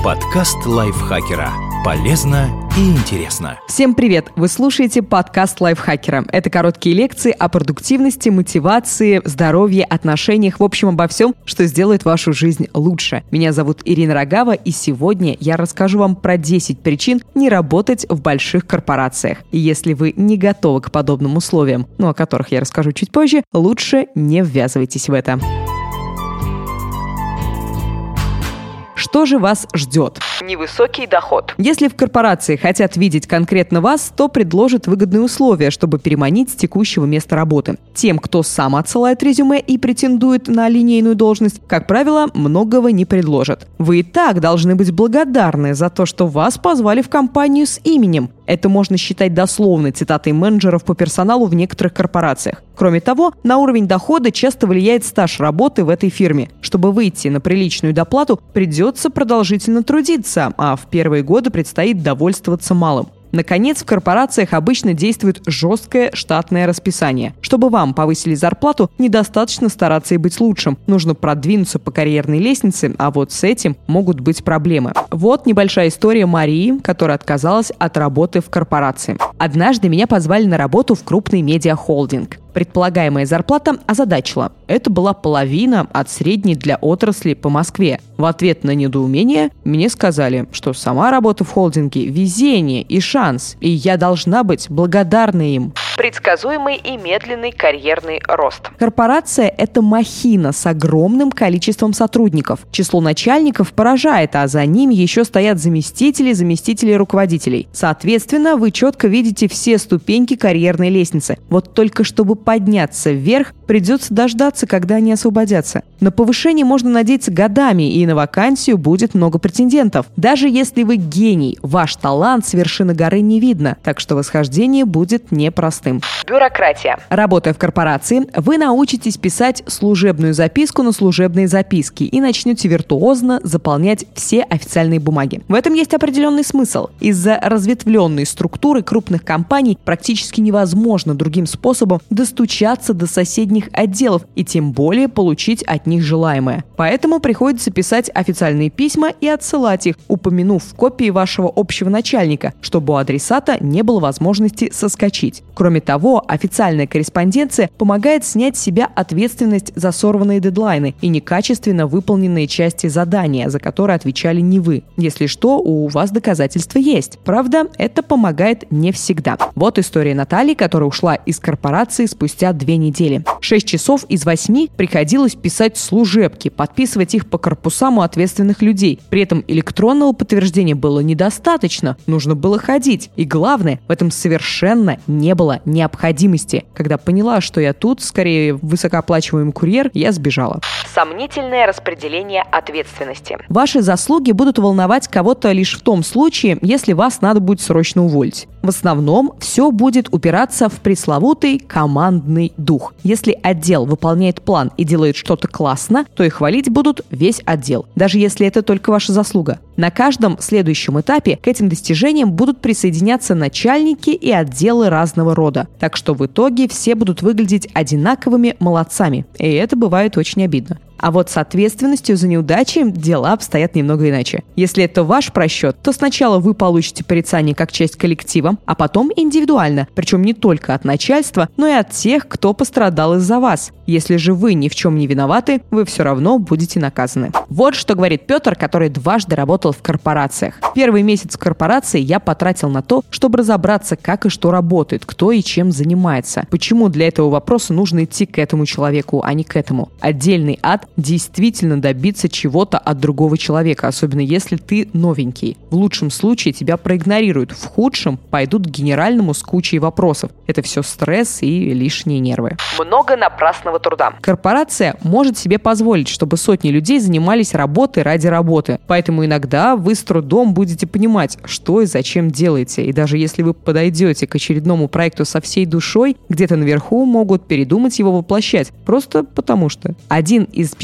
Подкаст лайфхакера. Полезно и интересно. Всем привет! Вы слушаете подкаст лайфхакера. Это короткие лекции о продуктивности, мотивации, здоровье, отношениях, в общем, обо всем, что сделает вашу жизнь лучше. Меня зовут Ирина Рогава, и сегодня я расскажу вам про 10 причин не работать в больших корпорациях. И если вы не готовы к подобным условиям, о которых я расскажу чуть позже, лучше не ввязывайтесь в это. Что же вас ждет? Невысокий доход. Если в корпорации хотят видеть конкретно вас, то предложат выгодные условия, чтобы переманить с текущего места работы. Тем, кто сам отсылает резюме и претендует на линейную должность, как правило, многого не предложат. Вы и так должны быть благодарны за то, что вас позвали в компанию с именем. Это можно считать дословной цитатой менеджеров по персоналу в некоторых корпорациях. Кроме того, на уровень дохода часто влияет стаж работы в этой фирме. Чтобы выйти на приличную доплату, придется продолжительно трудиться, а в первые годы предстоит довольствоваться малым. Наконец, в корпорациях обычно действует жесткое штатное расписание. Чтобы вам повысили зарплату, недостаточно стараться и быть лучшим. Нужно продвинуться по карьерной лестнице, а вот с этим могут быть проблемы. Вот небольшая история Марии, которая отказалась от работы в корпорации. Однажды меня позвали на работу в крупный медиахолдинг. Предполагаемая зарплата озадачила. Это была половина от средней для отрасли по Москве. В ответ на недоумение мне сказали, что сама работа в холдинге – везение и шанс, и я должна быть благодарна им. Предсказуемый и медленный карьерный рост. Корпорация – это махина с огромным количеством сотрудников. Число начальников поражает, а за ними еще стоят заместители руководителей. Соответственно, вы четко видите все ступеньки карьерной лестницы. Вот только чтобы подняться вверх, придется дождаться, когда они освободятся. На повышение можно надеяться годами, и на вакансию будет много претендентов. Даже если вы гений, ваш талант с вершины горы не видно, так что восхождение будет непростым. Бюрократия. Работая в корпорации, вы научитесь писать служебную записку на служебные записки и начнете виртуозно заполнять все официальные бумаги. В этом есть определенный смысл. Из-за разветвленной структуры крупных компаний практически невозможно другим способом достучаться до соседних отделов и тем более получить от них желаемое. Поэтому приходится писать официальные письма и отсылать их, упомянув в копии вашего общего начальника, чтобы у адресата не было возможности соскочить. Кроме того, официальная корреспонденция помогает снять с себя ответственность за сорванные дедлайны и некачественно выполненные части задания, за которые отвечали не вы. Если что, у вас доказательства есть. Правда, это помогает не всегда. Вот история Натальи, которая ушла из корпорации спустя 2 недели. 6 часов из 8 приходилось писать служебки, подписывать их по корпусам у ответственных людей. При этом электронного подтверждения было недостаточно, нужно было ходить. И главное, в этом совершенно не было необходимости. Когда поняла, что я тут, скорее высокооплачиваемый курьер, я сбежала. Сомнительное распределение ответственности. Ваши заслуги будут волновать кого-то лишь в том случае, если вас надо будет срочно уволить. В основном все будет упираться в пресловутый командный дух. Если отдел выполняет план и делает что-то классно, то и хвалить будут весь отдел, даже если это только ваша заслуга. На каждом следующем этапе к этим достижениям будут присоединяться начальники и отделы разного рода. Так что в итоге все будут выглядеть одинаковыми молодцами. И это бывает очень обидно. А вот с ответственностью за неудачи дела обстоят немного иначе. Если это ваш просчет, то сначала вы получите порицание как часть коллектива, а потом индивидуально, причем не только от начальства, но и от тех, кто пострадал из-за вас. Если же вы ни в чем не виноваты, вы все равно будете наказаны. Вот что говорит Петр, который дважды работал в корпорациях. Первый месяц в корпорации я потратил на то, чтобы разобраться, как и что работает, кто и чем занимается. Почему для этого вопроса нужно идти к этому человеку, а не к этому. Отдельный ад действительно добиться чего-то от другого человека, особенно если ты новенький. В лучшем случае тебя проигнорируют, в худшем пойдут к генеральному с кучей вопросов. Это все стресс и лишние нервы. Много напрасного труда. Корпорация может себе позволить, чтобы сотни людей занимались работой ради работы. Поэтому иногда вы с трудом будете понимать, что и зачем делаете. И даже если вы подойдете к очередному проекту со всей душой, где-то наверху могут передумать его воплощать. Просто потому что. Один из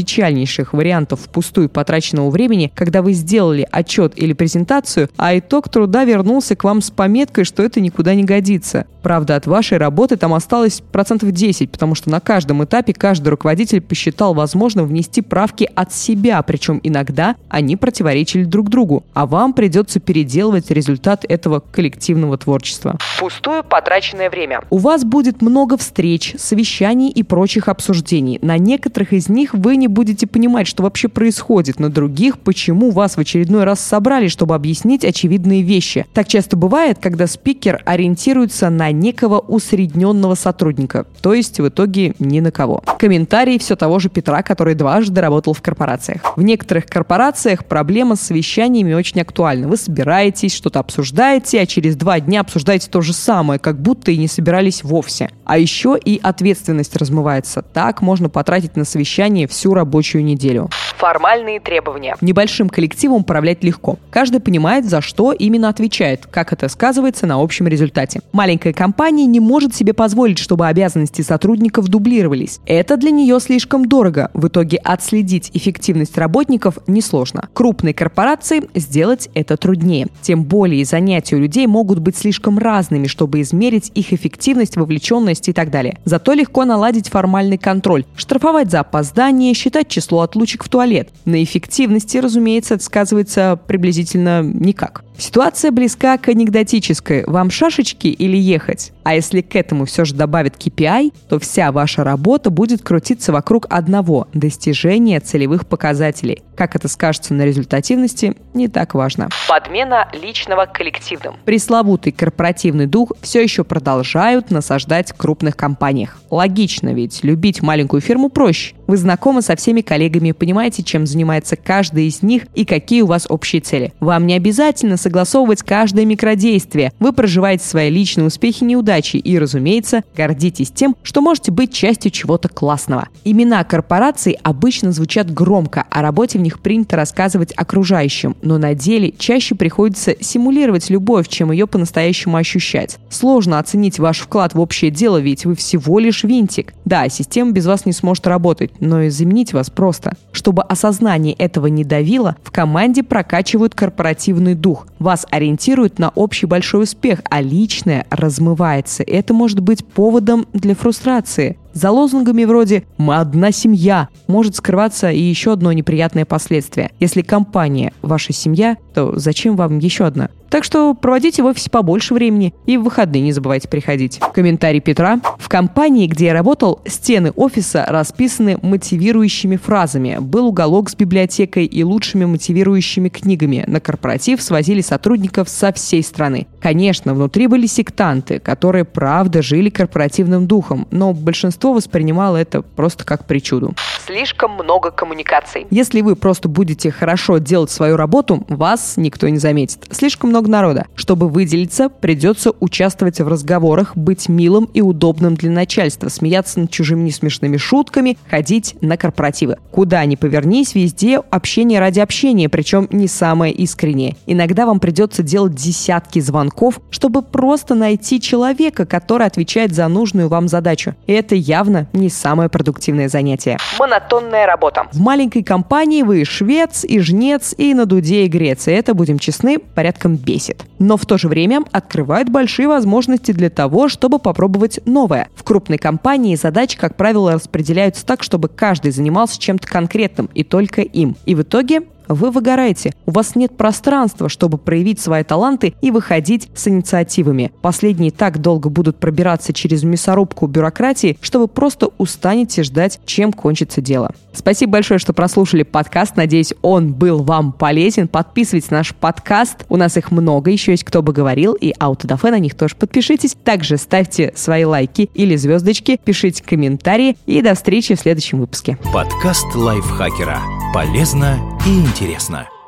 печальнейших вариантов впустую потраченного времени, когда вы сделали отчет или презентацию, а итог труда вернулся к вам с пометкой, что это никуда не годится. Правда, от вашей работы там осталось 10%, потому что на каждом этапе каждый руководитель посчитал возможным внести правки от себя, причем иногда они противоречили друг другу, а вам придется переделывать результат этого коллективного творчества. Впустую потраченное время. У вас будет много встреч, совещаний и прочих обсуждений. На некоторых из них вы не будете понимать, что вообще происходит, на других, почему вас в очередной раз собрали, чтобы объяснить очевидные вещи. Так часто бывает, когда спикер ориентируется на некого усредненного сотрудника, то есть в итоге ни на кого. Комментарий все того же Петра, который дважды работал в корпорациях. В некоторых корпорациях проблема с совещаниями очень актуальна. Вы собираетесь, что-то обсуждаете, а через 2 дня обсуждаете то же самое, как будто и не собирались вовсе. А еще и ответственность размывается. Так можно потратить на совещание всю рабочую неделю. Формальные требования. Небольшим коллективом управлять легко. Каждый понимает, за что именно отвечает, как это сказывается на общем результате. Маленькая компания не может себе позволить, чтобы обязанности сотрудников дублировались. Это для нее слишком дорого. В итоге отследить эффективность работников несложно. Крупной корпорации сделать это труднее. Тем более занятия у людей могут быть слишком разными, чтобы измерить их эффективность, вовлеченность и так далее. Зато легко наладить формальный контроль, штрафовать за опоздание, считать число отлучек в туалет. На эффективности, разумеется, это сказывается приблизительно никак. Ситуация близка к анекдотической. Вам шашечки или ехать? А если к этому все же добавят KPI, то вся ваша работа будет крутиться вокруг одного – достижения целевых показателей. Как это скажется на результативности, не так важно. Подмена личного коллективным. Пресловутый корпоративный дух все еще продолжают насаждать в крупных компаниях. Логично, ведь любить маленькую фирму проще. Вы знакомы со всеми коллегами, понимаете, чем занимается каждый из них и какие у вас общие цели. Вам не обязательно согласовывать каждое микродействие. Вы проживаете свои личные успехи и неудачи и, разумеется, гордитесь тем, что можете быть частью чего-то классного. Имена корпораций обычно звучат громко, о работе в них принято рассказывать окружающим, но на деле чаще приходится симулировать любовь, чем ее по-настоящему ощущать. Сложно оценить ваш вклад в общее дело, ведь вы всего лишь винтик. Да, система без вас не сможет работать, но и заменить вас просто. Чтобы осознание этого не давило, в команде прокачивают корпоративный дух. Вас ориентируют на общий большой успех, а личное размывается. Это может быть поводом для фрустрации. За лозунгами вроде «Мы одна семья» может скрываться и еще одно неприятное последствие. Если компания – ваша семья, то зачем вам еще одна? Так что проводите в офисе побольше времени и в выходные не забывайте приходить. Комментарий Петра. В компании, где я работал, стены офиса расписаны мотивирующими фразами. Был уголок с библиотекой и лучшими мотивирующими книгами. На корпоратив свозили сотрудников со всей страны. Конечно, внутри были сектанты, которые правда жили корпоративным духом, но большинство воспринимало это просто как причуду. Слишком много коммуникаций. Если вы просто будете хорошо делать свою работу, вас никто не заметит. Слишком много народа. Чтобы выделиться, придется участвовать в разговорах, быть милым и удобным для начальства, смеяться над чужими несмешными шутками, ходить на корпоративы. Куда ни повернись, везде общение ради общения, причем не самое искреннее. Иногда вам придется делать десятки звонков, чтобы просто найти человека, который отвечает за нужную вам задачу. И это явно не самое продуктивное занятие. Монотонная работа. В маленькой компании вы швец, и жнец, и на дуде игрец. И это, будем честны, порядком бесит. Но в то же время открывает большие возможности для того, чтобы попробовать новое. В крупной компании задачи, как правило, распределяются так, чтобы каждый занимался чем-то конкретным и только им. И в итоге вы выгораете. У вас нет пространства, чтобы проявить свои таланты и выходить с инициативами. Последние так долго будут пробираться через мясорубку бюрократии, что вы просто устанете ждать, чем кончится дело. Спасибо большое, что прослушали подкаст. Надеюсь, он был вам полезен. Подписывайтесь на наш подкаст. У нас их много. Еще есть «Кто бы говорил» и «Аутодафе». На них тоже подпишитесь. Также ставьте свои лайки или звездочки, пишите комментарии. И до встречи в следующем выпуске. Подкаст лайфхакера. Полезно и интересно.